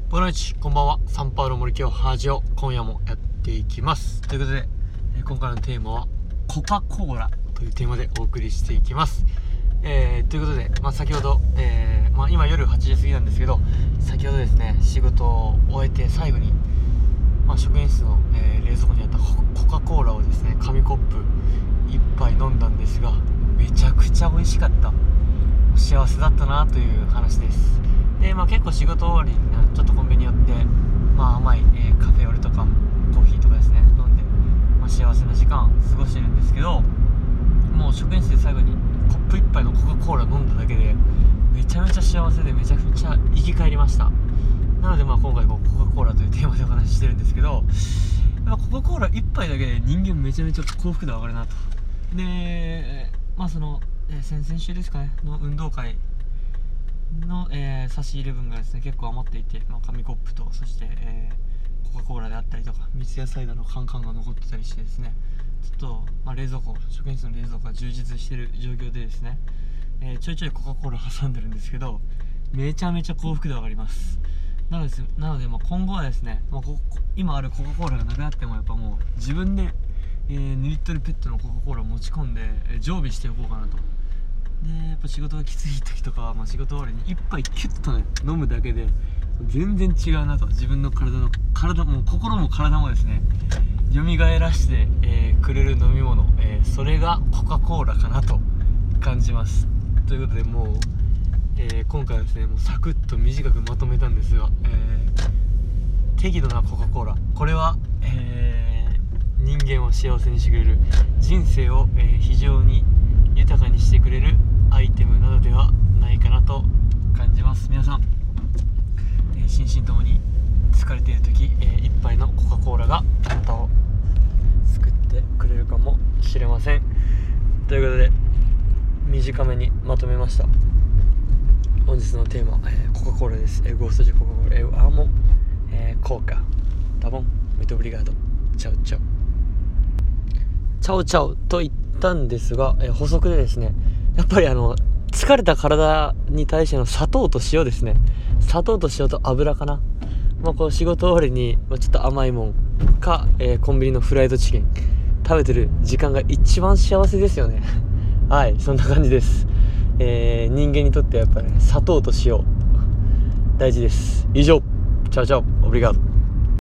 ボナイチ、こんばんは。サンパウロ森清ハージオ、今夜もやっていきます。ということで、今回のテーマはコカ・コーラというテーマでお送りしていきます。ということで、先ほど、今夜8時過ぎなんですけど、先ほどですね、仕事を終えて最後に、職員室の、冷蔵庫にあったコカ・コーラをですね、紙コップ1杯飲んだんですが、めちゃくちゃ美味しかった。幸せだったなという話です。で、結構仕事終わりにちょっとコンビニ寄って、甘い、カフェオレとかコーヒーとかですね飲んで、幸せな時間過ごしてるんですけど、もう職員室で最後にコップ1杯のコカ・コーラ飲んだだけでめちゃめちゃ幸せで、めちゃくちゃ生き返りました。なので今回コカ・コーラというテーマでお話ししてるんですけど、コカ・コーラ1杯だけで人間めちゃめちゃ幸福度上がるなと。で、先々週ですかねの運動会の、差し入れ分がですね結構余っていて、紙コップとそして、コカ・コーラであったりとか三ツ矢サイダーのカンカンが残ってたりしてですね、ちょっと、職員室の冷蔵庫が充実している状況でですね、ちょいちょいコカ・コーラ挟んでるんですけど、めちゃめちゃ幸福度上がります。なので、今後はですね、今あるコカ・コーラがなくなってもやっぱもう自分で、2リットルペットのコカ・コーラを持ち込んで、常備しておこうかなと。で、やっぱ仕事がきつい時とかは、仕事終わりに1杯キュッとね飲むだけで全然違うなと。自分の体も心も体もですね蘇らして、くれる飲み物、それがコカ・コーラかなと感じます。ということでもう、今回はですねもうサクッと短くまとめたんですが、適度なコカ・コーラ、これは、人間を幸せにしてくれる、人生を、非常に豊かにしてくれるアイテムなのではないかなと感じます。皆さん、心身ともに疲れている時、一杯のコカ・コーラがあなたを救ってくれるかもしれません。ということで短めにまとめました。本日のテーマ、コカ・コーラです。ゴーストジコカ・コーラ、アーモン、コーカタボンメトブリガードチャウチャウチャウチャウと言ったんですが、補足でですね、やっぱり疲れた体に対しての砂糖と塩ですね。砂糖と塩と油かな。こう仕事終わりにちょっと甘いもんか、コンビニのフライドチキン食べてる時間が一番幸せですよね。はい、そんな感じです。人間にとってはやっぱり、砂糖と塩大事です。以上、チャオチャオオブリガード。